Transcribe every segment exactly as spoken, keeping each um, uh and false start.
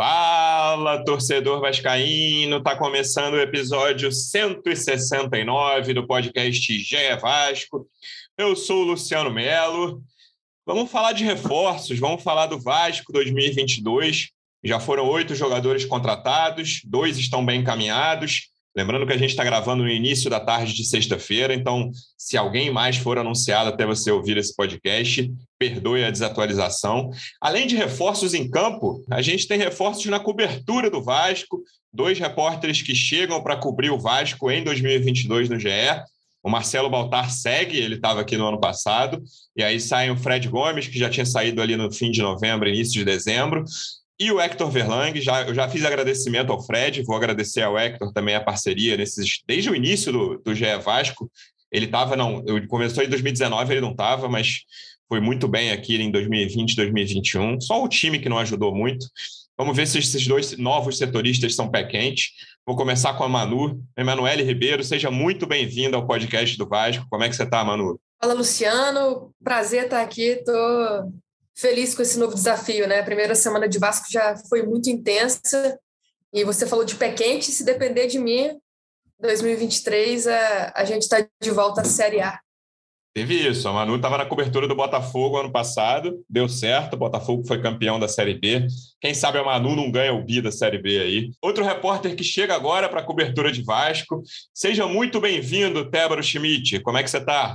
Fala, torcedor vascaíno, tá começando o episódio cento e sessenta e nove do podcast G E Vasco. Eu sou o Luciano Melo. Vamos falar de reforços, vamos falar do Vasco dois mil e vinte e dois. Já foram oito jogadores contratados, dois estão bem encaminhados. Lembrando que a gente está gravando no início da tarde de sexta-feira, então se alguém mais for anunciado até você ouvir esse podcast, perdoe a desatualização. Além de reforços em campo, a gente tem reforços na cobertura do Vasco, dois repórteres que chegam para cobrir o Vasco em dois mil e vinte e dois no G E. O Marcelo Baltar segue, ele estava aqui no ano passado, e aí sai o Fred Gomes, que já tinha saído ali no fim de novembro, início de dezembro, e o Hector Verlang. Já, eu já fiz agradecimento ao Fred, vou agradecer ao Hector também a parceria nesses, desde o início do, do G E Vasco. Ele estava, não, ele começou em dois mil e dezenove, ele não estava, mas foi muito bem aqui em dois mil e vinte, dois mil e vinte e um. Só o time que não ajudou muito. Vamos ver se esses dois novos setoristas são pé quente. Vou começar com a Manu. Emanuele Ribeiro, seja muito bem-vinda ao podcast do Vasco. Como é que você está, Manu? Fala, Luciano. Prazer estar aqui. Estou feliz com esse novo desafio, né? A primeira semana de Vasco já foi muito intensa. E você falou de pé quente. Se depender de mim, dois mil e vinte e três a, a gente está de volta à Série A. Teve isso, a Manu estava na cobertura do Botafogo ano passado, deu certo, o Botafogo foi campeão da Série B. Quem sabe a Manu não ganha o bi da Série B aí. Outro repórter que chega agora para a cobertura de Vasco. Seja muito bem-vindo, Tébaro Schmidt. Como é que você está?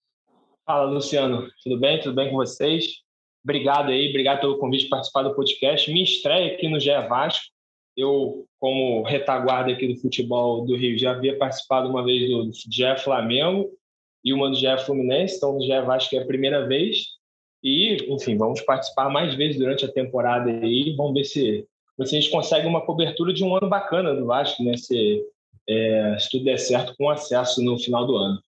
Fala, Luciano. Tudo bem? Tudo bem com vocês? Obrigado aí, obrigado pelo convite de participar do podcast. Minha estreia aqui no G E Vasco. Eu, como retaguarda aqui do futebol do Rio, já havia participado uma vez do G E Flamengo e uma do G E Fluminense, então no G E Vasco é a primeira vez. E, enfim, vamos participar mais vezes durante a temporada aí. Vamos ver se, se a gente consegue uma cobertura de um ano bacana do Vasco, né? Se, é, se tudo der certo, com acesso no final do ano.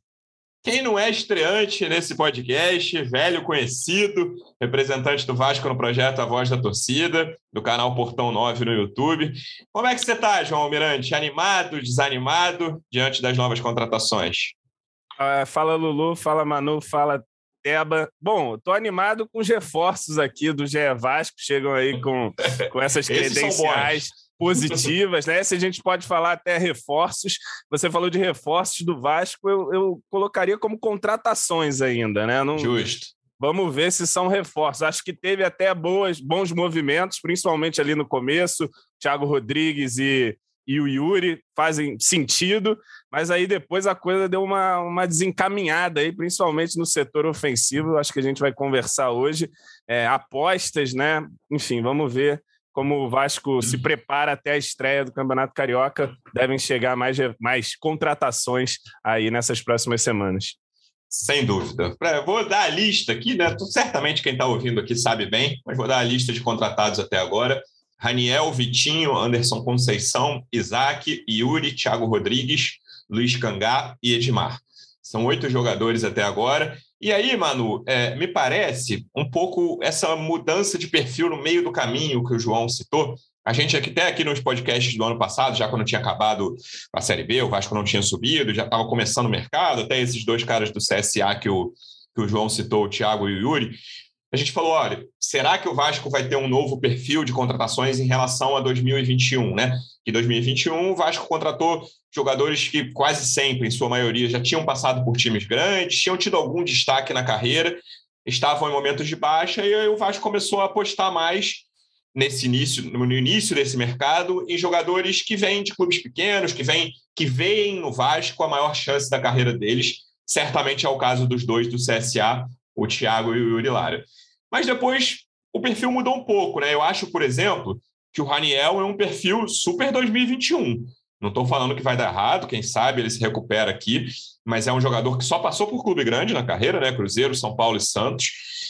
Quem não é estreante nesse podcast, velho conhecido, representante do Vasco no projeto A Voz da Torcida, do canal Portão nove no YouTube. Como é que você está, João Almirante? Animado, desanimado diante das novas contratações? Uh, fala, Lulu, fala, Manu, fala, Teba. Bom, estou animado com os reforços aqui do G E Vasco, chegam aí com, com essas credenciais positivas, né? Se a gente pode falar até reforços, você falou de reforços do Vasco, eu, eu colocaria como contratações ainda, né? Não, Justo. Vamos ver se são reforços. Acho que teve até boas, bons movimentos, principalmente ali no começo, Thiago Rodrigues e, e o Yuri fazem sentido, mas aí depois a coisa deu uma, uma desencaminhada aí, principalmente no setor ofensivo. Acho que a gente vai conversar hoje. É, apostas, né? Enfim, vamos ver como o Vasco se prepara até a estreia do Campeonato Carioca. Devem chegar mais, mais contratações aí nessas próximas semanas. Sem dúvida. Vou dar a lista aqui, né? Certamente quem está ouvindo aqui sabe bem, mas vou dar a lista de contratados até agora. Raniel, Vitinho, Anderson Conceição, Isaac, Yuri, Thiago Rodrigues, Luiz Cangá e Edmar. São oito jogadores até agora. E aí, Manu, é, me parece um pouco essa mudança de perfil no meio do caminho que o João citou. A gente aqui, até aqui nos podcasts do ano passado, já quando tinha acabado a Série B, o Vasco não tinha subido, já estava começando o mercado, até esses dois caras do C S A que o, que o João citou, o Thiago e o Yuri. A gente falou, olha, será que o Vasco vai ter um novo perfil de contratações em relação a dois mil e vinte e um, né? Que dois mil e vinte e um o Vasco contratou jogadores que quase sempre, em sua maioria, já tinham passado por times grandes, tinham tido algum destaque na carreira, estavam em momentos de baixa, e aí o Vasco começou a apostar mais nesse início, no início desse mercado, em jogadores que vêm de clubes pequenos, que vêm, que veem no Vasco a maior chance da carreira deles. Certamente é o caso dos dois do C S A, o Thiago e o Yuri Lara. Mas depois o perfil mudou um pouco, né? Eu acho, por exemplo, que o Raniel é um perfil super dois mil e vinte e um. Não estou falando que vai dar errado, quem sabe ele se recupera aqui, mas é um jogador que só passou por clube grande na carreira, né? Cruzeiro, São Paulo e Santos,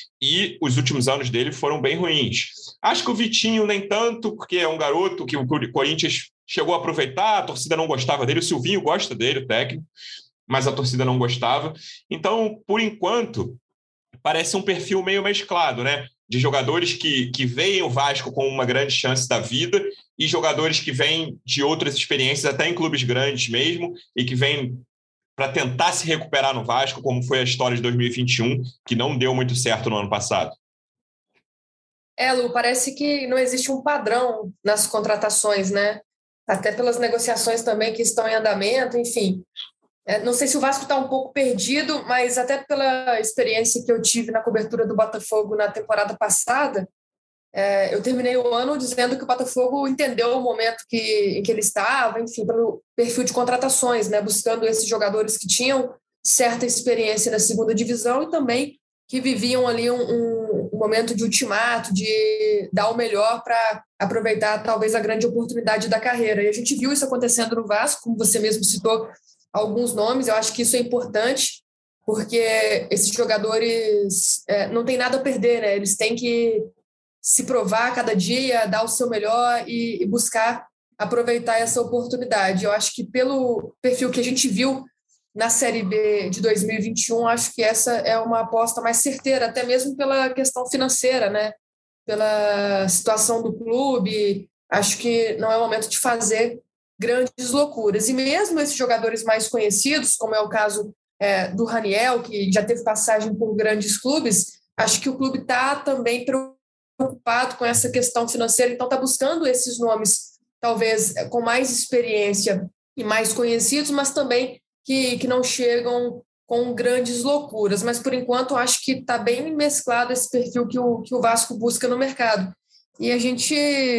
e os últimos anos dele foram bem ruins. Acho que o Vitinho nem tanto, porque é um garoto que o Corinthians chegou a aproveitar, a torcida não gostava dele, o Silvinho gosta dele, o técnico, mas a torcida não gostava. Então, por enquanto, parece um perfil meio mesclado, né? De jogadores que, que veem o Vasco com uma grande chance da vida e jogadores que vêm de outras experiências, até em clubes grandes mesmo, e que vêm para tentar se recuperar no Vasco, como foi a história de dois mil e vinte e um, que não deu muito certo no ano passado. É, Lu, parece que não existe um padrão nas contratações, né? Até pelas negociações também que estão em andamento, enfim. É, não sei se o Vasco está um pouco perdido, mas até pela experiência que eu tive na cobertura do Botafogo na temporada passada, é, eu terminei o ano dizendo que o Botafogo entendeu o momento que, em que ele estava, enfim, pelo perfil de contratações, né? Buscando esses jogadores que tinham certa experiência na segunda divisão e também que viviam ali um, um, um momento de ultimato, de dar o melhor para aproveitar talvez a grande oportunidade da carreira. E a gente viu isso acontecendo no Vasco, como você mesmo citou alguns nomes. Eu acho que isso é importante, porque esses jogadores é, não têm nada a perder, né? Eles têm que se provar a cada dia, dar o seu melhor e, e buscar aproveitar essa oportunidade. Eu acho que pelo perfil que a gente viu na Série B de dois mil e vinte e um, acho que essa é uma aposta mais certeira, até mesmo pela questão financeira, né? Pela situação do clube. Acho que não é o momento de fazer grandes loucuras. E mesmo esses jogadores mais conhecidos, como é o caso é, do Raniel, que já teve passagem por grandes clubes, acho que o clube está também preocupado com essa questão financeira, então está buscando esses nomes, talvez com mais experiência e mais conhecidos, mas também que, que não chegam com grandes loucuras. Mas, por enquanto, acho que está bem mesclado esse perfil que o, que o Vasco busca no mercado. E a gente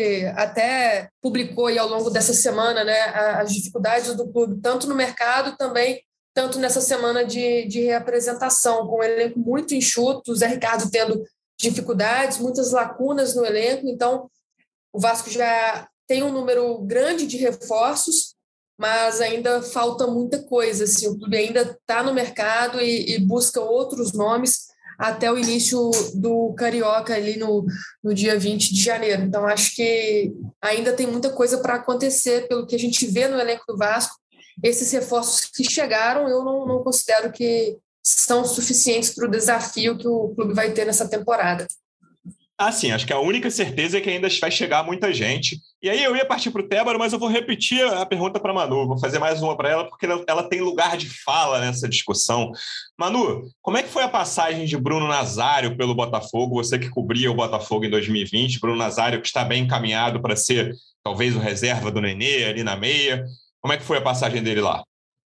até publicou aí ao longo dessa semana, né, as dificuldades do clube, tanto no mercado também, tanto nessa semana de, de reapresentação, com um elenco muito enxuto, o Zé Ricardo tendo dificuldades, muitas lacunas no elenco. Então, o Vasco já tem um número grande de reforços, mas ainda falta muita coisa. Assim, o clube ainda está no mercado e, e busca outros nomes até o início do Carioca, ali no, no dia vinte de janeiro. Então, acho que ainda tem muita coisa para acontecer, pelo que a gente vê no elenco do Vasco. Esses reforços que chegaram, eu não, não considero que são suficientes para o desafio que o clube vai ter nessa temporada. Ah, sim, acho que a única certeza é que ainda vai chegar muita gente. E aí eu ia partir para o Tébaro, mas eu vou repetir a pergunta para a Manu, vou fazer mais uma para ela, porque ela, ela tem lugar de fala nessa discussão. Manu, como é que foi a passagem de Bruno Nazário pelo Botafogo? Você que cobria o Botafogo em dois mil e vinte, Bruno Nazário que está bem encaminhado para ser talvez o reserva do Nenê ali na meia. Como é que foi a passagem dele lá?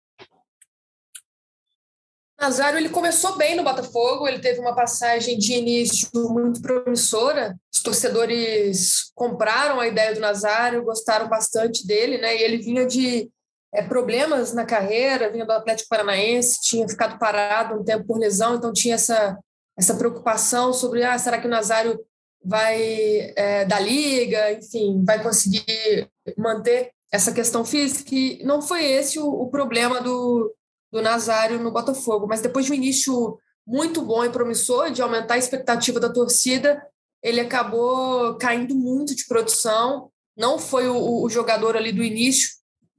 Nazário, ele começou bem no Botafogo, ele teve uma passagem de início muito promissora, os torcedores compraram a ideia do Nazário, gostaram bastante dele, né? E ele vinha de é, problemas na carreira, vinha do Atlético Paranaense, tinha ficado parado um tempo por lesão, então tinha essa, essa preocupação sobre, ah, será que o Nazário vai é, da liga, enfim, vai conseguir manter essa questão física? E não foi esse o, o problema do do Nazário no Botafogo, mas depois de um início muito bom e promissor, de aumentar a expectativa da torcida, ele acabou caindo muito de produção, não foi o, o jogador ali do início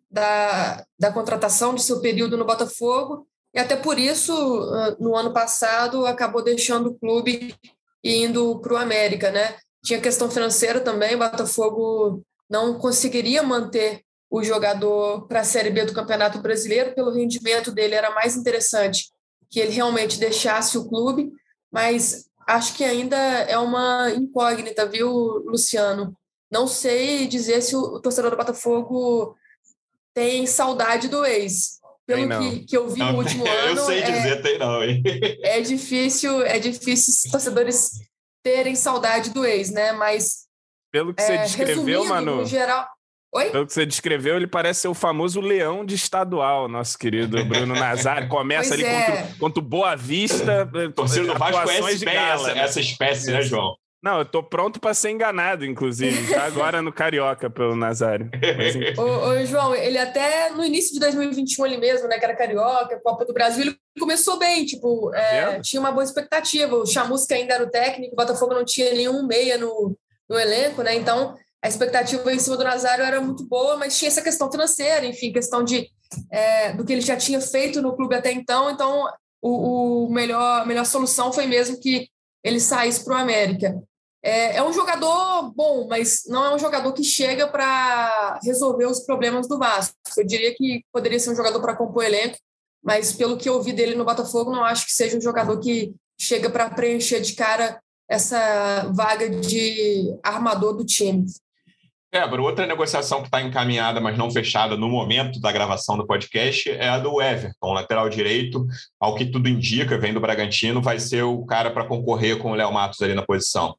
da, da contratação, do seu período no Botafogo, e até por isso, no ano passado, acabou deixando o clube e indo para o América, né? Tinha questão financeira também, o Botafogo não conseguiria manter o jogador para a Série B do Campeonato Brasileiro, pelo rendimento dele era mais interessante que ele realmente deixasse o clube, mas acho que ainda é uma incógnita, viu, Luciano? Não sei dizer se o torcedor do Botafogo tem saudade do ex. Pelo que, que eu vi não, no último eu ano... Eu sei dizer, é, tem não, hein? É difícil, é difícil os torcedores terem saudade do ex, né? Mas... Pelo que é, você descreveu, Manu... no geral... Oi? Pelo que você descreveu, ele parece ser o famoso leão de estadual, nosso querido Bruno Nazário. Começa pois ali é. contra, contra o Boa Vista. Torcida do Vasco conhece bem essa, né? essa espécie, né, João? Não, eu tô pronto para ser enganado, inclusive. Tá agora no Carioca pelo Nazário. Mas, ô, ô, João, ele até no início de dois mil e vinte e um, ele mesmo, né, que era Carioca, Copa do Brasil, ele começou bem, tipo, é, tinha uma boa expectativa. O Chamusca ainda era o técnico, o Botafogo não tinha nenhum meia no, no elenco, né? Então... a expectativa em cima do Nazário era muito boa, mas tinha essa questão financeira, enfim, questão de, é, do que ele já tinha feito no clube até então. Então, o, o melhor, a melhor solução foi mesmo que ele saísse para o América. É, é um jogador bom, mas não é um jogador que chega para resolver os problemas do Vasco. Eu diria que poderia ser um jogador para compor elenco, mas pelo que eu vi dele no Botafogo, não acho que seja um jogador que chega para preencher de cara essa vaga de armador do time. Débora, outra negociação que está encaminhada, mas não fechada no momento da gravação do podcast é a do Everton, lateral direito, ao que tudo indica, vem do Bragantino, vai ser o cara para concorrer com o Léo Matos ali na posição.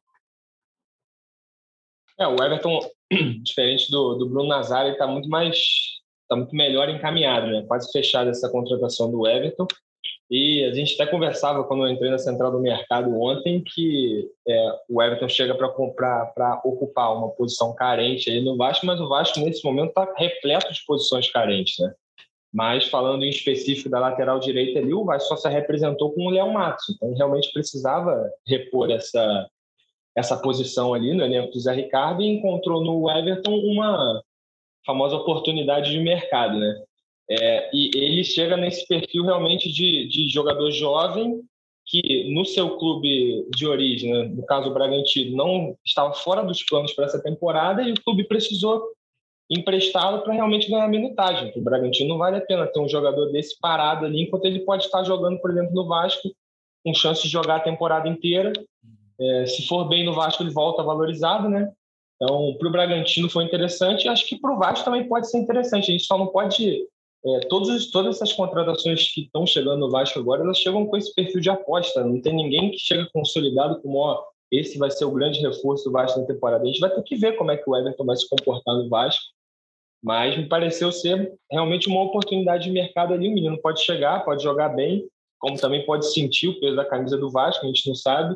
É, o Everton, diferente do, do Bruno Nazário, está muito mais, está muito melhor encaminhado, né? Quase fechada essa contratação do Everton. E a gente até conversava quando eu entrei na central do mercado ontem que é, o Everton chega para comprar, para ocupar uma posição carente aí no Vasco, mas o Vasco nesse momento está repleto de posições carentes, né? Mas falando em específico da lateral direita ali, o Vasco só se representou com o Léo Matos, então realmente precisava repor essa, essa posição ali no elenco do Zé Ricardo e encontrou no Everton uma famosa oportunidade de mercado, né? É, e ele chega nesse perfil realmente de, de jogador jovem que no seu clube de origem, né, no caso o Bragantino, não estava fora dos planos para essa temporada e o clube precisou emprestá-lo para realmente ganhar minutagem. O Bragantino não vale a pena ter um jogador desse parado ali enquanto ele pode estar jogando, por exemplo, no Vasco, com chance de jogar a temporada inteira. É, se for bem no Vasco, ele volta valorizado, né? Então, para o Bragantino foi interessante e acho que para o Vasco também pode ser interessante. A gente só não pode... É, todos, todas essas contratações que estão chegando no Vasco agora, elas chegam com esse perfil de aposta. Não tem ninguém que chega consolidado como, ó, esse vai ser o grande reforço do Vasco na temporada. A gente vai ter que ver como é que o Everton vai se comportar no Vasco, mas me pareceu ser realmente uma oportunidade de mercado ali. O menino pode chegar, pode jogar bem, como também pode sentir o peso da camisa do Vasco, a gente não sabe,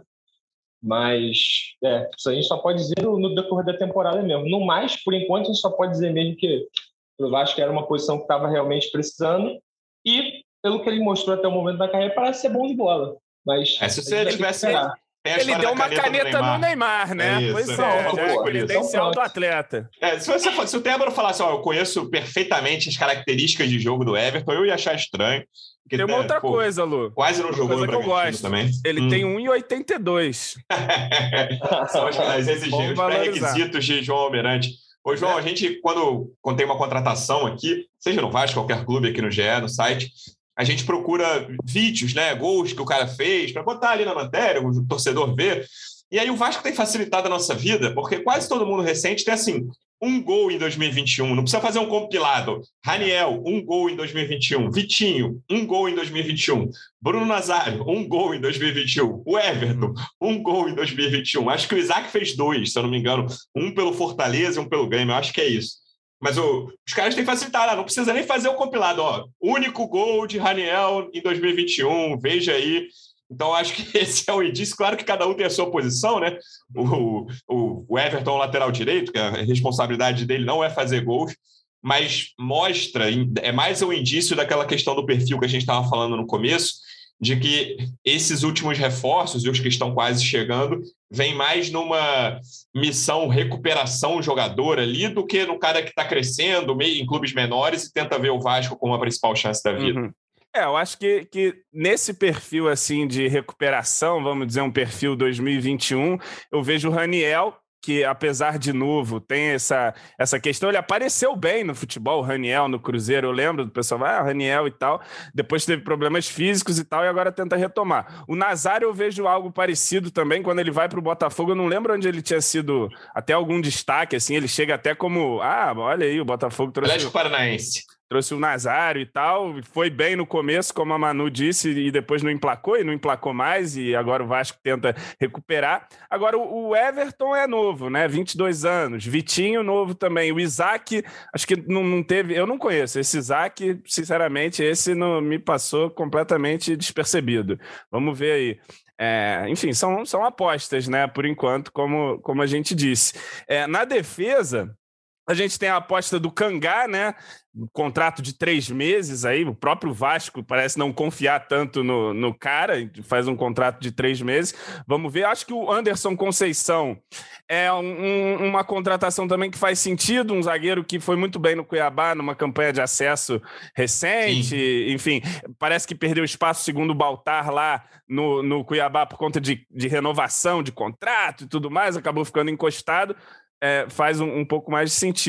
mas é, isso a gente só pode dizer no, no decorrer da temporada mesmo. No mais, por enquanto, a gente só pode dizer mesmo que o Vasco era uma posição que estava realmente precisando e, pelo que ele mostrou até o momento da carreira, parece ser bom de bola. Mas é, se você tivesse... Ele deu uma caneta, caneta no Neymar, no Neymar né? É isso, pois é, é, é, é a credencial do atleta. É, se, você, se o Débora falasse, ó, eu conheço perfeitamente as características de jogo do Everton, eu ia achar estranho. Porque, tem uma outra pô, coisa, Lu. Quase não jogou no Bragantino também. Ele hum. tem um e oitenta e dois. São as, as exigências, os pré-requisitos de João Almirante. Ô, João, a gente, quando, quando tem uma contratação aqui, seja no Vasco, qualquer clube aqui no G E, no site, a gente procura vídeos, né, gols que o cara fez, para botar ali na matéria, o torcedor ver. E aí o Vasco tem facilitado a nossa vida, porque quase todo mundo recente tem, assim, um gol em dois mil e vinte e um. Não precisa fazer um compilado. Raniel, um gol em dois mil e vinte e um. Vitinho, um gol em dois mil e vinte e um. Bruno Nazário, um gol em dois mil e vinte e um. O Everton, um gol em dois mil e vinte e um. Acho que o Isaac fez dois, se eu não me engano. Um pelo Fortaleza e um pelo Grêmio. Eu acho que é isso. Mas o, os caras têm facilitado. Não precisa nem fazer o compilado. Ó, único gol de Raniel em dois mil e vinte e um. Veja aí. Então, acho que esse é o indício. Claro que cada um tem a sua posição, né? O, o, o Everton, lateral direito, que a responsabilidade dele não é fazer gols, mas mostra, é mais um indício daquela questão do perfil que a gente estava falando no começo, de que esses últimos reforços e os que estão quase chegando vêm mais numa missão recuperação jogador ali do que no cara que está crescendo em clubes menores e tenta ver o Vasco como a principal chance da vida. Uhum. É, eu acho que, que nesse perfil assim de recuperação, vamos dizer um perfil dois mil e vinte e um, eu vejo o Raniel, que apesar de novo, tem essa, essa questão, ele apareceu bem no futebol, o Raniel no Cruzeiro, eu lembro do pessoal, ah, Raniel e tal, depois teve problemas físicos e tal, e agora tenta retomar. O Nazário eu vejo algo parecido também, quando ele vai para o Botafogo, eu não lembro onde ele tinha sido, até algum destaque, assim, ele chega até como, ah, olha aí, o Botafogo trouxe... Atlético Paranaense. Trouxe o Nazário e tal, foi bem no começo, como a Manu disse, e depois não emplacou, e não emplacou mais, e agora o Vasco tenta recuperar. Agora, o Everton é novo, né? vinte e dois anos. Vitinho, novo também. O Isaac, acho que não, não teve... Eu não conheço. Esse Isaac, sinceramente, esse não me passou completamente despercebido. Vamos ver aí. É, enfim, são, são apostas, né? Por enquanto, como, como a gente disse. É, na defesa... A gente tem a aposta do Cangá, né? Um contrato de três meses aí. O próprio Vasco parece não confiar tanto no, no cara, faz um contrato de três meses. Vamos ver. Acho que o Anderson Conceição é um, uma contratação também que faz sentido. Um zagueiro que foi muito bem no Cuiabá, numa campanha de acesso recente. Sim. Enfim, parece que perdeu espaço, segundo o Baltar, lá no, no Cuiabá por conta de, de renovação de contrato e tudo mais. Acabou ficando encostado. É, faz um, um pouco mais de sentido.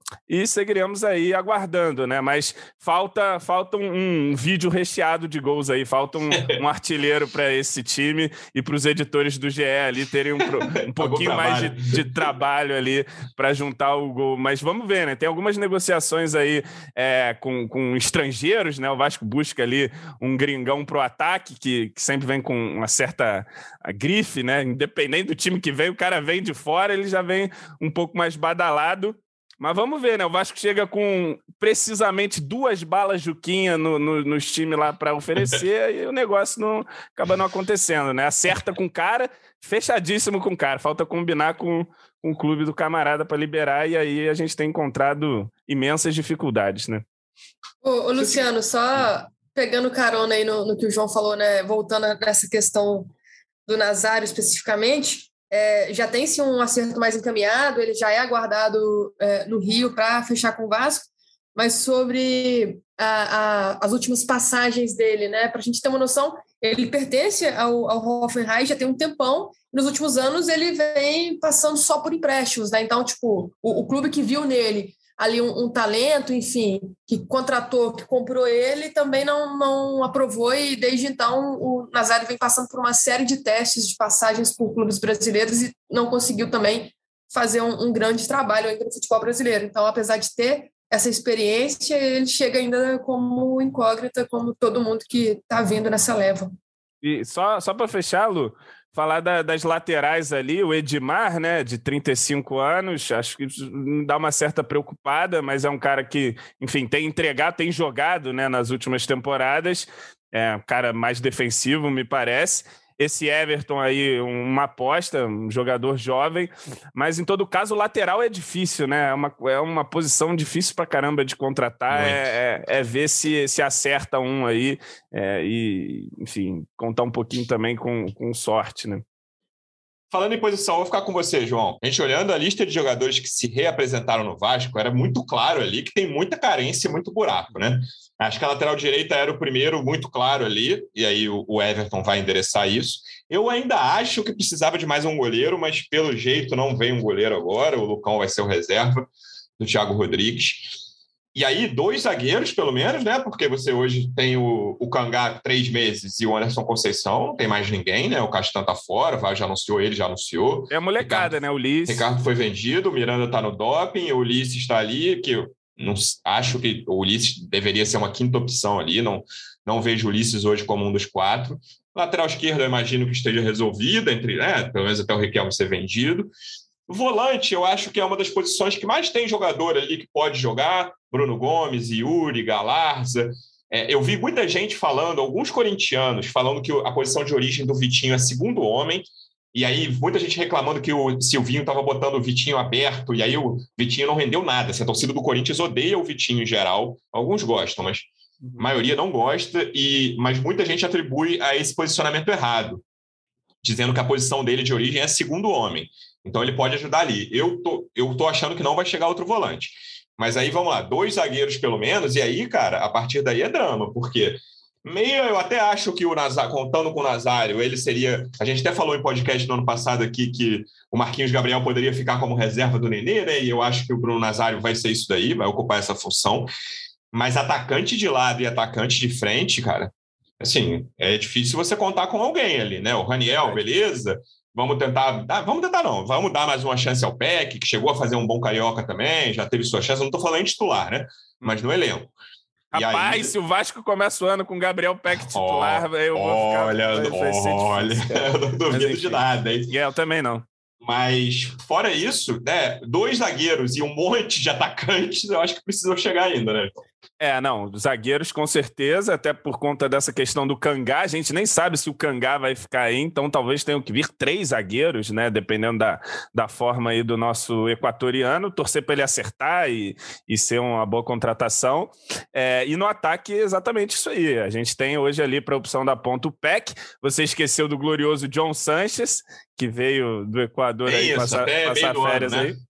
e seguiremos aí aguardando, né? Mas falta, falta um, um vídeo recheado de gols aí, falta um, um artilheiro para esse time e para os editores do G E ali terem um, um pouquinho mais de, de trabalho ali para juntar o gol. Mas vamos ver, né? Tem algumas negociações aí é, com, com estrangeiros, né? O Vasco busca ali um gringão pro ataque, que, que sempre vem com uma certa grife, né? Independente do time que vem, o cara vem de fora, ele já vem um pouco mais badalado. Mas vamos ver, né? O Vasco chega com precisamente duas balas Juquinha no, no, nos times lá para oferecer e o negócio não, acaba não acontecendo, né? Acerta com o cara, fechadíssimo com o cara. Falta combinar com, com o clube do camarada para liberar e aí a gente tem encontrado imensas dificuldades, né? Ô, ô Luciano, só pegando carona aí no, no que o João falou, né? Voltando nessa questão do Nazário especificamente, É, já tem sim um acerto mais encaminhado, ele já é aguardado é, no Rio para fechar com o Vasco, mas sobre a, a, as últimas passagens dele, né, para a gente ter uma noção, ele pertence ao, ao Hoffenheim já tem um tempão, nos últimos anos ele vem passando só por empréstimos, né? Então, tipo, o, o clube que viu nele ali um, um talento, enfim, que contratou, que comprou ele, também não, não aprovou e desde então o Nazário vem passando por uma série de testes de passagens por clubes brasileiros e não conseguiu também fazer um, um grande trabalho ainda no futebol brasileiro. Então, apesar de ter essa experiência, ele chega ainda como incógnita, como todo mundo que está vindo nessa leva. E só, só para fechar, Lu, falar da, das laterais ali, o Edmar, né, de trinta e cinco anos, acho que dá uma certa preocupada, mas é um cara que, enfim, tem entregado, tem jogado, né, nas últimas temporadas, é um cara mais defensivo, me parece. Esse Everton aí, uma aposta, um jogador jovem, mas em todo caso o lateral é difícil, né? É uma, é uma posição difícil pra caramba de contratar, é, é, é ver se, se acerta um aí é, e, enfim, contar um pouquinho também com, com sorte, né? Falando em posição, vou ficar com você, João. A gente olhando a lista de jogadores que se reapresentaram no Vasco, era muito claro ali que tem muita carência e muito buraco, né? Acho que a lateral direita era o primeiro muito claro ali, e aí o Everton vai endereçar isso. Eu ainda acho que precisava de mais um goleiro, mas pelo jeito não vem um goleiro agora, o Lucão vai ser o reserva do Thiago Rodrigues. E aí, dois zagueiros, pelo menos, né? Porque você hoje tem o, o Cangá três meses e o Anderson Conceição, não tem mais ninguém, né? O Castan tá fora, o Vasco já anunciou, ele já anunciou. É a molecada, Ricardo, né? O Ulisses. Ricardo foi vendido, o Miranda tá no doping, o Ulisses está ali, que eu não, acho que o Ulisses deveria ser uma quinta opção ali, não, não vejo o Ulisses hoje como um dos quatro. Lateral esquerdo, eu imagino que esteja resolvida, entre, né? Pelo menos até o Riquelme ser vendido. Volante, eu acho que é uma das posições que mais tem jogador ali que pode jogar. Bruno Gomes, Yuri, Galarza. É, eu vi muita gente falando, alguns corintianos, falando que a posição de origem do Vitinho é segundo homem. E aí, muita gente reclamando que o Silvinho estava botando o Vitinho aberto. E aí, o Vitinho não rendeu nada. A torcida do Corinthians odeia o Vitinho em geral. Alguns gostam, mas a maioria não gosta. E, mas muita gente atribui a esse posicionamento errado, dizendo que a posição dele de origem é segundo homem. Então, ele pode ajudar ali. Eu tô, eu tô achando que não vai chegar outro volante. Mas aí, vamos lá, dois zagueiros pelo menos. E aí, cara, a partir daí é drama. Porque meio, eu até acho que o Nazário, contando com o Nazário, ele seria... A gente até falou em podcast no ano passado aqui que o Marquinhos Gabriel poderia ficar como reserva do Nenê, né? E eu acho que o Bruno Nazário vai ser isso daí, vai ocupar essa função. Mas atacante de lado e atacante de frente, cara, assim, é difícil você contar com alguém ali, né? O Raniel, beleza... Vamos tentar, ah, vamos tentar não, vamos dar mais uma chance ao Peck, que chegou a fazer um bom carioca também, já teve sua chance, eu não estou falando em titular, né? Mas no elenco. Rapaz, aí... se o Vasco começa o ano com o Gabriel Peck titular, oh, eu vou olha, ficar... Vai, vai olha, eu não duvido Mas, de nada, hein? E eu também não. Mas, fora isso, né, dois zagueiros e um monte de atacantes, eu acho que precisam chegar ainda, né? É, não, zagueiros com certeza, até por conta dessa questão do Cangá, a gente nem sabe se o Cangá vai ficar aí, então talvez tenham que vir três zagueiros, né, dependendo da, da forma aí do nosso equatoriano, torcer para ele acertar e, e ser uma boa contratação. É, e no ataque, exatamente isso aí, a gente tem hoje ali para a opção da ponta o Peck, você esqueceu do glorioso John Sanchez, que veio do Equador é aí isso, passar, passar férias ano, né? aí.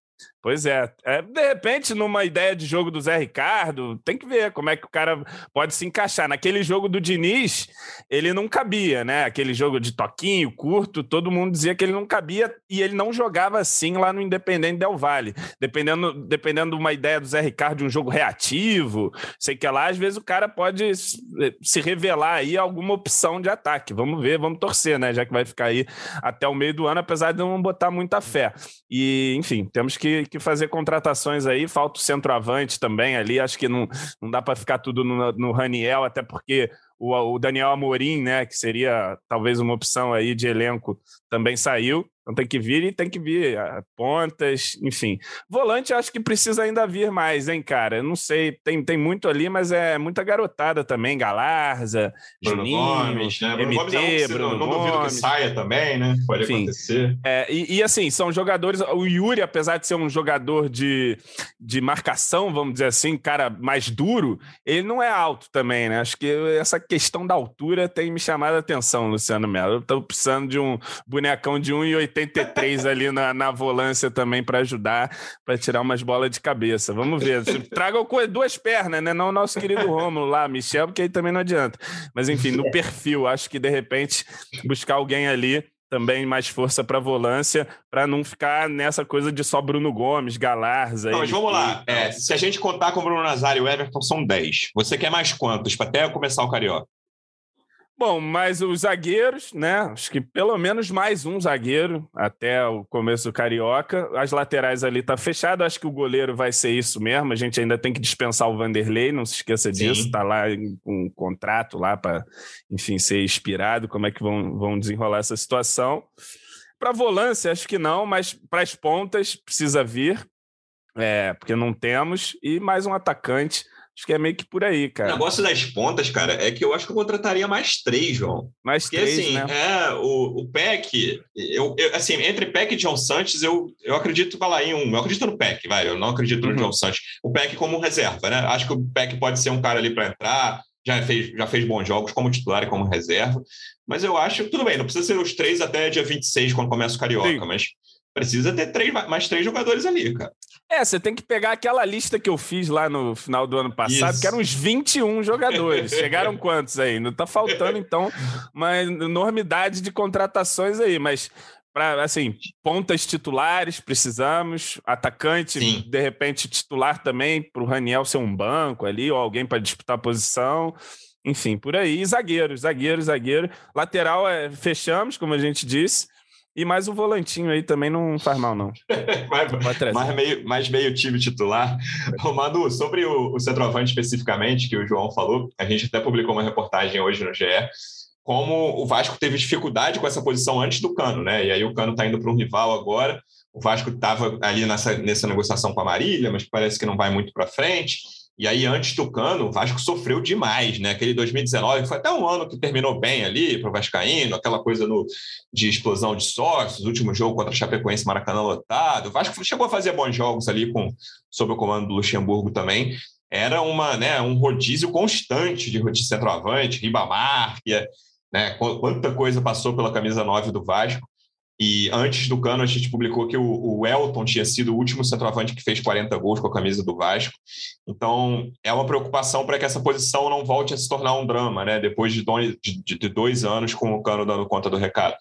Pois é. é. De repente, numa ideia de jogo do Zé Ricardo, tem que ver como é que o cara pode se encaixar. Naquele jogo do Diniz, ele não cabia, né? Aquele jogo de toquinho, curto, todo mundo dizia que ele não cabia e ele não jogava assim lá no Independente Del Valle. Dependendo, dependendo de uma ideia do Zé Ricardo de um jogo reativo, sei que lá, às vezes o cara pode se revelar aí alguma opção de ataque. Vamos ver, vamos torcer, né? Já que vai ficar aí até o meio do ano, apesar de não botar muita fé. E, enfim, temos que, que fazer contratações aí, falta o centroavante também ali, acho que não, não dá para ficar tudo no, no Raniel, até porque o, o Daniel Amorim, né, que seria talvez uma opção aí de elenco, também saiu, então tem que vir e tem que vir a, pontas, enfim. Volante acho que precisa ainda vir mais, hein, cara? Eu não sei, tem, tem muito ali, mas é muita garotada também, Galarza, Bruno Juninho, Gomes, né? Bruno M T, Gomes é um que Bruno não, não Gomes. duvido que saia também, né? Pode Enfim, acontecer. É, e, e assim, são jogadores, o Yuri, apesar de ser um jogador de, de marcação, vamos dizer assim, cara mais duro, ele não é alto também, né? Acho que essa questão da altura tem me chamado a atenção, Luciano Melo. Eu tô precisando de um bonecão de um e oitenta e três ali na, na volância também para ajudar, para tirar umas bolas de cabeça. Vamos ver. Traga duas pernas, né? Não o nosso querido Rômulo lá, Michel, porque aí também não adianta. Mas enfim, no perfil, acho que de repente buscar alguém ali também mais força para volância, para não ficar nessa coisa de só Bruno Gomes, Galarza. Não, mas vamos lá. É, se a gente contar com o Bruno Nazário e o Everton, são dez. Você quer mais quantos para até começar o Carioca? Bom, mas os zagueiros, né? Acho que pelo menos mais um zagueiro até o começo do Carioca. As laterais ali tá fechado. Acho que o goleiro vai ser isso mesmo. A gente ainda tem que dispensar o Vanderlei, não se esqueça disso. Sim. Tá lá com um contrato lá para, enfim, ser expirado. Como é que vão, vão desenrolar essa situação? Para volância, acho que não, mas para as pontas precisa vir, é, porque não temos. E mais um atacante. Acho que é meio que por aí, cara. O negócio das pontas, cara, é que eu acho que eu contrataria mais três, João. Mais Porque, três, assim, né? É, o, o Peck, eu, eu, assim, entre Peck e John Sanches, eu, eu acredito, vai lá, em um, eu acredito no Peck, vai, eu não acredito no uhum. John Sanches. O Peck como reserva, né? Acho que o Peck pode ser um cara ali para entrar, já fez, já fez bons jogos como titular e como reserva, mas eu acho que tudo bem, não precisa ser os três até dia vinte e seis, quando começa o Carioca, Sim. mas precisa ter três, mais três jogadores ali, cara. É, você tem que pegar aquela lista que eu fiz lá no final do ano passado, Isso. que eram uns vinte e um jogadores. Chegaram quantos aí? Não tá faltando, então, uma enormidade de contratações aí, mas para assim, pontas titulares precisamos, atacante, Sim. de repente titular também, para o Raniel ser um banco ali, ou alguém para disputar a posição. Enfim, por aí. E zagueiro, zagueiro, zagueiro. Lateral, é, fechamos, como a gente disse. E mais o volantinho aí também não faz mal, não. mais, mais, meio, mais meio time titular. Manu, sobre o, o centroavante especificamente, que o João falou, a gente até publicou uma reportagem hoje no G E, como o Vasco teve dificuldade com essa posição antes do Cano, né? E aí o Cano está indo para um rival agora. O Vasco estava ali nessa, nessa negociação com a Marília, mas parece que não vai muito para frente. E aí, antes do Cano, o Vasco sofreu demais, né? Aquele dois mil e dezenove foi até um ano que terminou bem ali para o Vascaíno, aquela coisa no, de explosão de sócios, o último jogo contra a Chapecoense, Maracanã lotado. O Vasco chegou a fazer bons jogos ali com, sob o comando do Luxemburgo também. Era uma, né, um rodízio constante de, de centroavante, Ribamar, né? Quanta coisa passou pela camisa nove do Vasco. E antes do Cano, a gente publicou que o, o Elton tinha sido o último centroavante que fez quarenta gols com a camisa do Vasco. Então, é uma preocupação para que essa posição não volte a se tornar um drama, né? Depois de dois, de, de dois anos com o Cano dando conta do recado.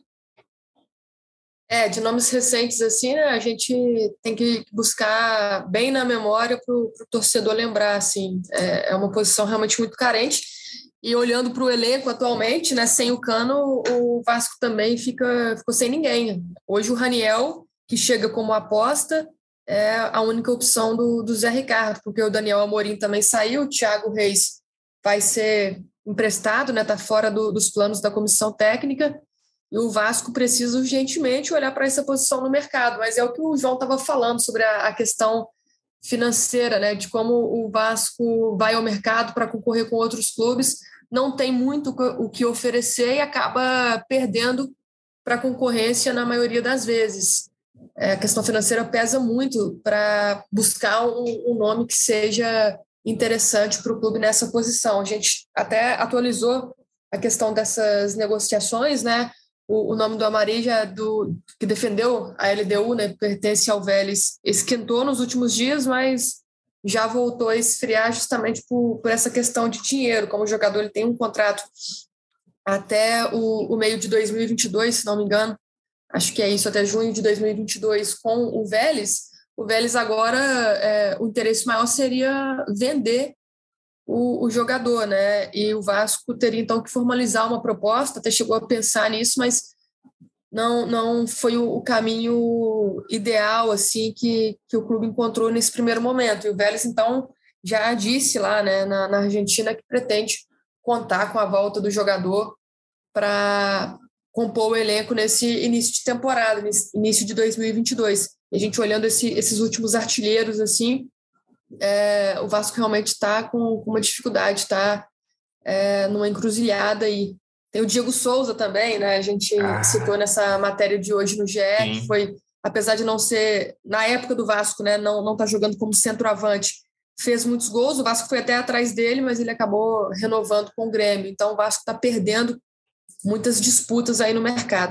É, de nomes recentes assim, né? A gente tem que buscar bem na memória para o torcedor lembrar, assim. É, é uma posição realmente muito carente. E olhando para o elenco atualmente, né, sem o Cano, o Vasco também fica, ficou sem ninguém. Hoje o Raniel, que chega como aposta, é a única opção do, do Zé Ricardo, porque o Daniel Amorim também saiu, o Thiago Reis vai ser emprestado, né, tá fora do, dos planos da comissão técnica, e o Vasco precisa urgentemente olhar para essa posição no mercado. Mas é o que o João estava falando sobre a, a questão financeira, né, de como o Vasco vai ao mercado para concorrer com outros clubes, não tem muito o que oferecer e acaba perdendo para a concorrência na maioria das vezes. É, a questão financeira pesa muito para buscar um, um nome que seja interessante para o clube nessa posição. A gente até atualizou a questão dessas negociações, né? o, o nome do Amari, já do, que defendeu a L D U, né, que pertence ao Vélez, esquentou nos últimos dias, mas já voltou a esfriar justamente por, por essa questão de dinheiro. Como o jogador ele tem um contrato até o, o meio de dois mil e vinte e dois, se não me engano, acho que é isso, até junho de dois mil e vinte e dois com o Vélez. O Vélez agora, é, o interesse maior seria vender o, o jogador, né? E o Vasco teria então que formalizar uma proposta, até chegou a pensar nisso, mas não, não foi o, o caminho ideal assim que, que o clube encontrou nesse primeiro momento. E o Vélez então já disse lá, né, na, na Argentina, que pretende contar com a volta do jogador para compor o elenco nesse início de temporada, nesse início de dois mil e vinte e dois. E a gente olhando esse, esses últimos artilheiros assim, é, o Vasco realmente está com, com uma dificuldade, está é, numa encruzilhada aí. Tem o Diego Souza também, né? A gente ah. citou nessa matéria de hoje no G E, Sim. que foi, apesar de não ser, na época do Vasco, né, não não tá jogando como centroavante, fez muitos gols, o Vasco foi até atrás dele, mas ele acabou renovando com o Grêmio. Então o Vasco está perdendo muitas disputas aí no mercado.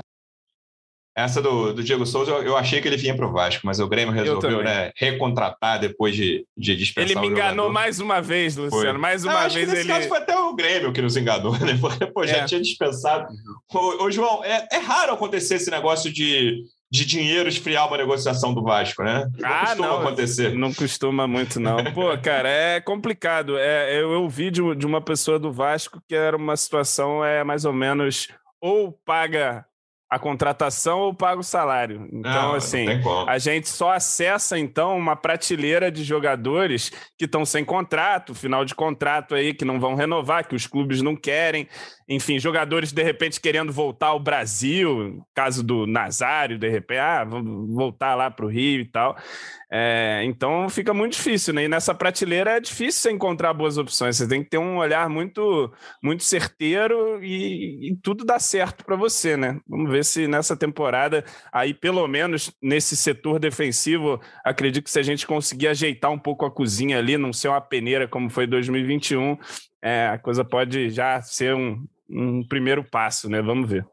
Essa do, do Diego Souza, eu, eu achei que ele vinha para o Vasco, mas o Grêmio resolveu, né, recontratar depois de, de dispensar o jogador. Ele me enganou mais uma vez, Luciano. Foi. Mais uma ah, vez nesse ele... caso foi até o Grêmio que nos enganou, né? Pô, já é. tinha dispensado. Ô, ô João, é, é raro acontecer esse negócio de, de dinheiro esfriar uma negociação do Vasco, né? Não ah, costuma não, acontecer. Não costuma muito, não. Pô, cara, é complicado. É, eu ouvi de, de uma pessoa do Vasco que era uma situação é, mais ou menos ou paga a contratação ou paga o salário. Então, não, assim, não a gente só acessa, então, uma prateleira de jogadores que estão sem contrato, final de contrato aí, que não vão renovar, que os clubes não querem. Enfim, jogadores, de repente, querendo voltar ao Brasil, caso do Nazário, de repente, ah, vamos voltar lá para o Rio e tal. É, então, fica muito difícil, né? E nessa prateleira é difícil você encontrar boas opções. Você tem que ter um olhar muito, muito certeiro e, e tudo dá certo para você, né? Vamos ver se nessa temporada, aí pelo menos nesse setor defensivo, acredito que se a gente conseguir ajeitar um pouco a cozinha ali, não ser uma peneira como foi dois mil e vinte e um, é, a coisa pode já ser um, um primeiro passo, né? Vamos ver.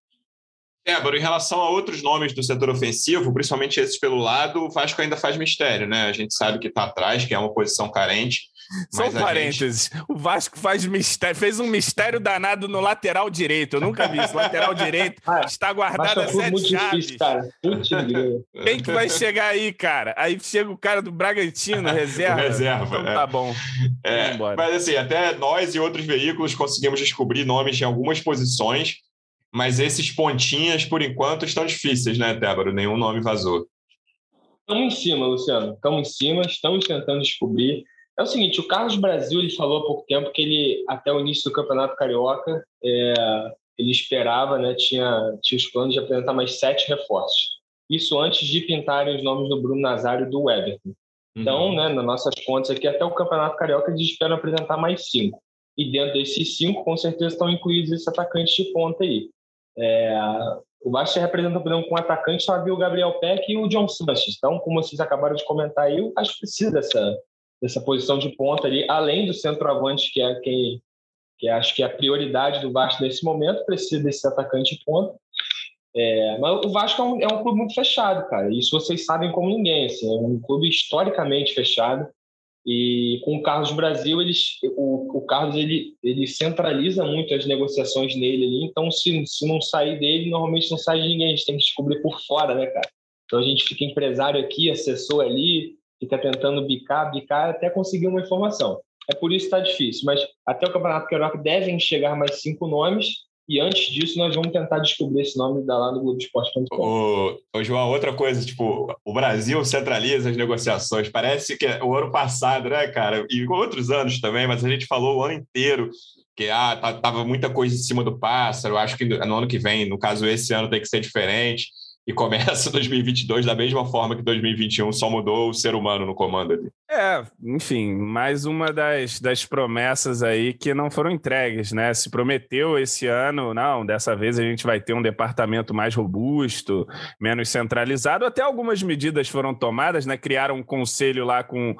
É, Baro, em relação a outros nomes do setor ofensivo, principalmente esses pelo lado, o Vasco ainda faz mistério, né? A gente sabe que está atrás, que é uma posição carente. Só um parênteses, gente... o Vasco faz mistério, fez um mistério danado no lateral direito, eu nunca vi isso, lateral direito ah, está guardado a sete chaves. Difícil, cara. Quem que vai chegar aí, cara? Aí chega o cara do Bragantino, reserva. reserva, então é. Tá bom. É, mas assim, até nós e outros veículos conseguimos descobrir nomes em algumas posições, mas esses pontinhas, por enquanto, estão difíceis, né, Débora? Nenhum nome vazou. Estamos em cima, Luciano. Estamos em cima, estamos tentando descobrir. É o seguinte, o Carlos Brasil ele falou há pouco tempo que ele, até o início do Campeonato Carioca, é, ele esperava, né, tinha, tinha os planos de apresentar mais sete reforços. Isso antes de pintarem os nomes do Bruno Nazário e do Everton. Então, uhum. né, nas nossas contas aqui, até o Campeonato Carioca, eles esperam apresentar mais cinco. E dentro desses cinco, com certeza, estão incluídos esses atacantes de ponta aí. É, o Vasco se representa, por exemplo, com um atacante, só havia o Gabriel Peck e o John Sanches. Então, como vocês acabaram de comentar aí, o Vasco precisa dessa... dessa posição de ponta ali, além do centroavante, que é quem que acho que é a prioridade do Vasco nesse momento, precisa desse atacante de ponta. É, mas o Vasco é um, é um clube muito fechado, cara. Isso vocês sabem como ninguém. Assim, é um clube historicamente fechado. E com o Carlos Brasil, eles, o, o Carlos ele, ele centraliza muito as negociações nele ali. Então, se, se não sair dele, normalmente não sai de ninguém. A gente tem que descobrir por fora, né, cara? Então a gente fica empresário aqui, assessor ali, fica tentando bicar, bicar, até conseguir uma informação. É por isso que está difícil, mas até o Campeonato Carioca devem chegar mais cinco nomes, e antes disso nós vamos tentar descobrir esse nome da lá do Globo Esporte ponto com. Ô, ô, João, outra coisa, tipo, o Brasil centraliza as negociações, parece que é o ano passado, né, cara, e outros anos também, mas a gente falou o ano inteiro que ah, tava muita coisa em cima do pássaro, acho que no ano que vem, no caso esse ano tem que ser diferente, e começa dois mil e vinte e dois da mesma forma que dois mil e vinte e um, só mudou o ser humano no comando ali. É, enfim, mais uma das, das promessas aí que não foram entregues, né? Se prometeu esse ano, não, dessa vez a gente vai ter um departamento mais robusto, menos centralizado. Até algumas medidas foram tomadas, né? Criaram um conselho lá com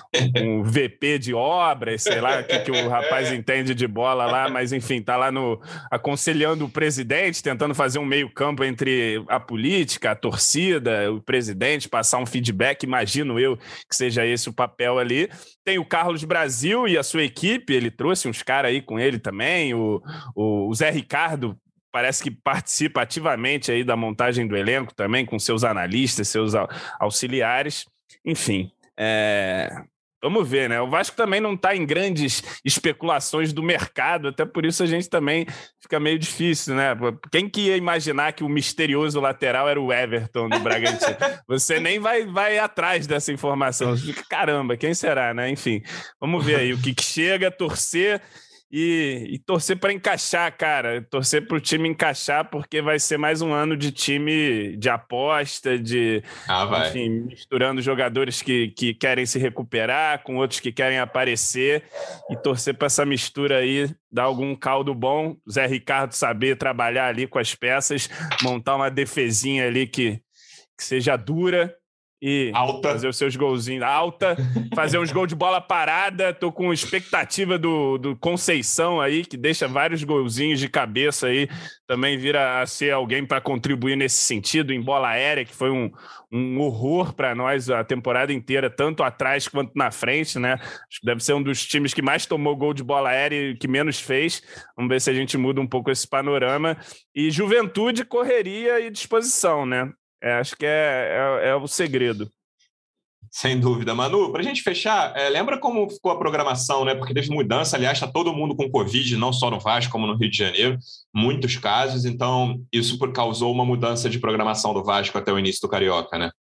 um V P de obras, sei lá o que, que o rapaz entende de bola lá, mas enfim, tá lá no, aconselhando o presidente, tentando fazer um meio campo entre a política, a torcida, o presidente, passar um feedback, imagino eu que seja esse o papel ali. Tem o Carlos Brasil e a sua equipe, ele trouxe uns caras aí com ele também, o, o, o Zé Ricardo parece que participa ativamente aí da montagem do elenco também, com seus analistas, seus auxiliares, enfim, é... vamos ver, né? O Vasco também não está em grandes especulações do mercado, até por isso a gente também fica meio difícil, né? Quem que ia imaginar que o misterioso lateral era o Everton do Bragantino? Você nem vai, vai atrás dessa informação. Você fica, caramba, quem será, né? Enfim, vamos ver aí o que, que chega, torcer e, e torcer para encaixar, cara. Torcer para o time encaixar, porque vai ser mais um ano de time de aposta, de ah, vai. enfim, misturando jogadores que, que querem se recuperar com outros que querem aparecer, e torcer para essa mistura aí dar algum caldo bom. Zé Ricardo saber trabalhar ali com as peças, montar uma defesinha ali que, que seja dura e alta. Fazer os seus golzinhos alta, fazer uns gols de bola parada. Tô com expectativa do, do Conceição aí, que deixa vários golzinhos de cabeça aí, também vira a ser alguém para contribuir nesse sentido, em bola aérea, que foi um, um horror para nós a temporada inteira, tanto atrás quanto na frente, né? Acho que deve ser um dos times que mais tomou gol de bola aérea e que menos fez. Vamos ver se a gente muda um pouco esse panorama. E juventude, correria e disposição, né? É, acho que é, é, é o segredo. Sem dúvida. Manu, para a gente fechar, é, lembra como ficou a programação, né? Porque teve mudança, aliás, está todo mundo com Covid, não só no Vasco, como no Rio de Janeiro, muitos casos, então isso causou uma mudança de programação do Vasco até o início do Carioca, né?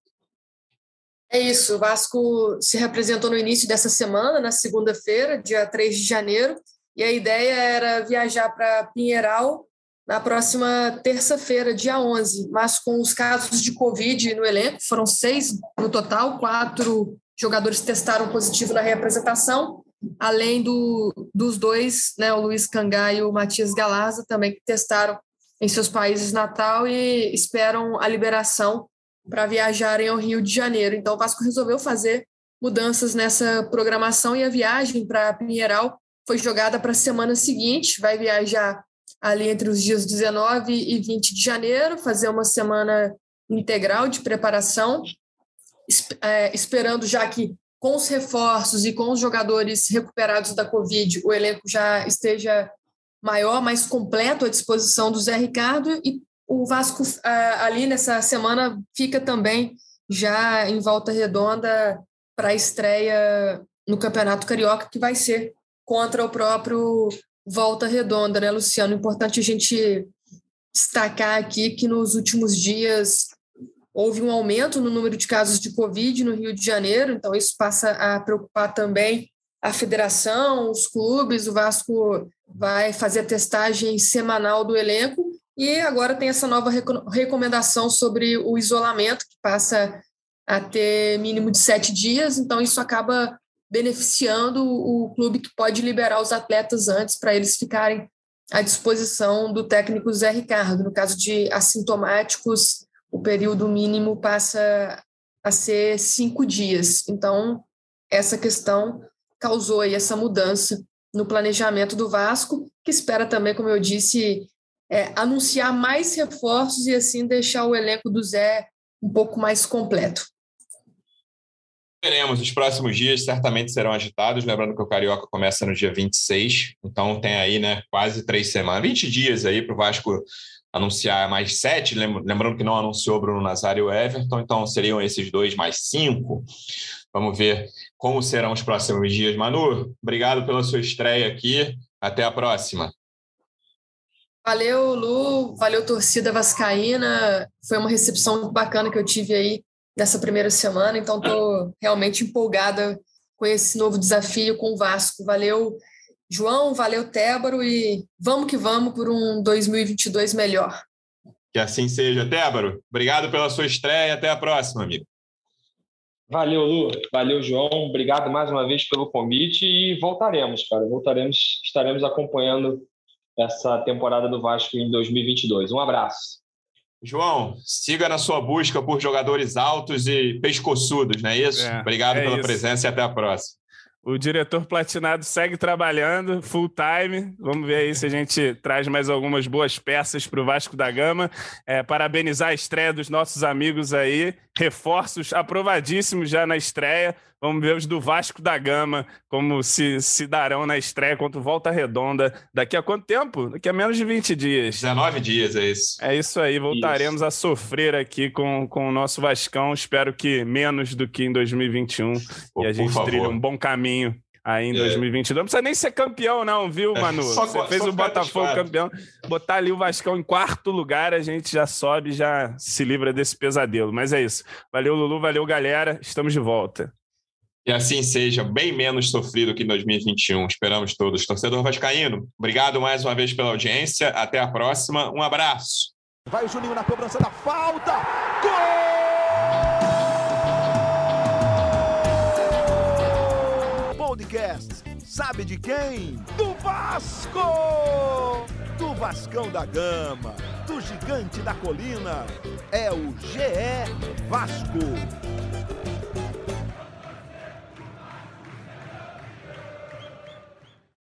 É isso, o Vasco se representou no início dessa semana, na segunda-feira, dia três de janeiro, e a ideia era viajar para Pinheiral na próxima terça-feira, dia onze, mas com os casos de Covid no elenco, foram seis no total, quatro jogadores testaram positivo na reapresentação, além do, dos dois, né, o Luiz Cangá e o Matias Galarza, também que testaram em seus países natal e esperam a liberação para viajarem ao Rio de Janeiro. Então, o Vasco resolveu fazer mudanças nessa programação e a viagem para Pinheiral foi jogada para a semana seguinte, vai viajar ali entre os dias dezenove e vinte de janeiro, fazer uma semana integral de preparação, é, esperando já que com os reforços e com os jogadores recuperados da Covid, o elenco já esteja maior, mais completo à disposição do Zé Ricardo, e o Vasco ali nessa semana fica também já em Volta Redonda para a estreia no Campeonato Carioca, que vai ser contra o próprio Volta Redonda, né, Luciano? Importante a gente destacar aqui que nos últimos dias houve um aumento no número de casos de Covid no Rio de Janeiro, então isso passa a preocupar também a federação, os clubes. O Vasco vai fazer a testagem semanal do elenco e agora tem essa nova recomendação sobre o isolamento, que passa a ter mínimo de sete dias, então isso acaba beneficiando o clube, que pode liberar os atletas antes para eles ficarem à disposição do técnico Zé Ricardo. No caso de assintomáticos, o período mínimo passa a ser cinco dias. Então, essa questão causou aí essa mudança no planejamento do Vasco, que espera também, como eu disse, é, anunciar mais reforços e assim deixar o elenco do Zé um pouco mais completo. Veremos, os próximos dias certamente serão agitados, lembrando que o Carioca começa no dia vinte e seis, então tem aí, né, quase três semanas, vinte dias aí para o Vasco anunciar mais sete, lembrando que não anunciou Bruno Nazário e o Everton, então seriam esses dois mais cinco. Vamos ver como serão os próximos dias. Manu, obrigado pela sua estreia aqui, até a próxima. Valeu, Lu, valeu, torcida vascaína, foi uma recepção muito bacana que eu tive aí nessa primeira semana, então estou realmente empolgada com esse novo desafio com o Vasco. Valeu, João, valeu, Tébaro, e vamos que vamos por um dois mil e vinte e dois melhor. Que assim seja. Tébaro, obrigado pela sua estreia, até a próxima, amigo. Valeu, Lu. Valeu, João. Obrigado mais uma vez pelo convite e voltaremos, cara. Voltaremos, estaremos acompanhando essa temporada do Vasco em dois mil e vinte e dois. Um abraço. João, siga na sua busca por jogadores altos e pescoçudos, não é isso? É, Obrigado é pela isso. presença e até a próxima. O diretor platinado segue trabalhando full time. Vamos ver aí se a gente traz mais algumas boas peças para o Vasco da Gama. É, parabenizar a estreia dos nossos amigos aí. Reforços aprovadíssimos já na estreia. Vamos ver os do Vasco da Gama, como se, se darão na estreia contra o Volta Redonda. Daqui a quanto tempo? Daqui a menos de vinte dias. dezenove dias, é isso. É isso aí. Voltaremos isso. a sofrer aqui com, com o nosso Vascão. Espero que menos do que em dois mil e vinte e um. Pô, e a gente trilha um bom caminho aí em é. dois mil e vinte e dois. Não precisa nem ser campeão, não, viu, Manu? É, só, Você fez o Botafogo campeão. Botar ali o Vascão em quarto lugar, a gente já sobe, já se livra desse pesadelo. Mas é isso. Valeu, Lulu. Valeu, galera. Estamos de volta. E assim seja, bem menos sofrido que em dois mil e vinte e um. Esperamos todos. Torcedor vascaíno, obrigado mais uma vez pela audiência. Até a próxima. Um abraço. Vai o Juninho na cobrança da falta. Gol! Podcast. Sabe de quem? Do Vasco! Do Vascão da Gama. Do Gigante da Colina. É o G E Vasco.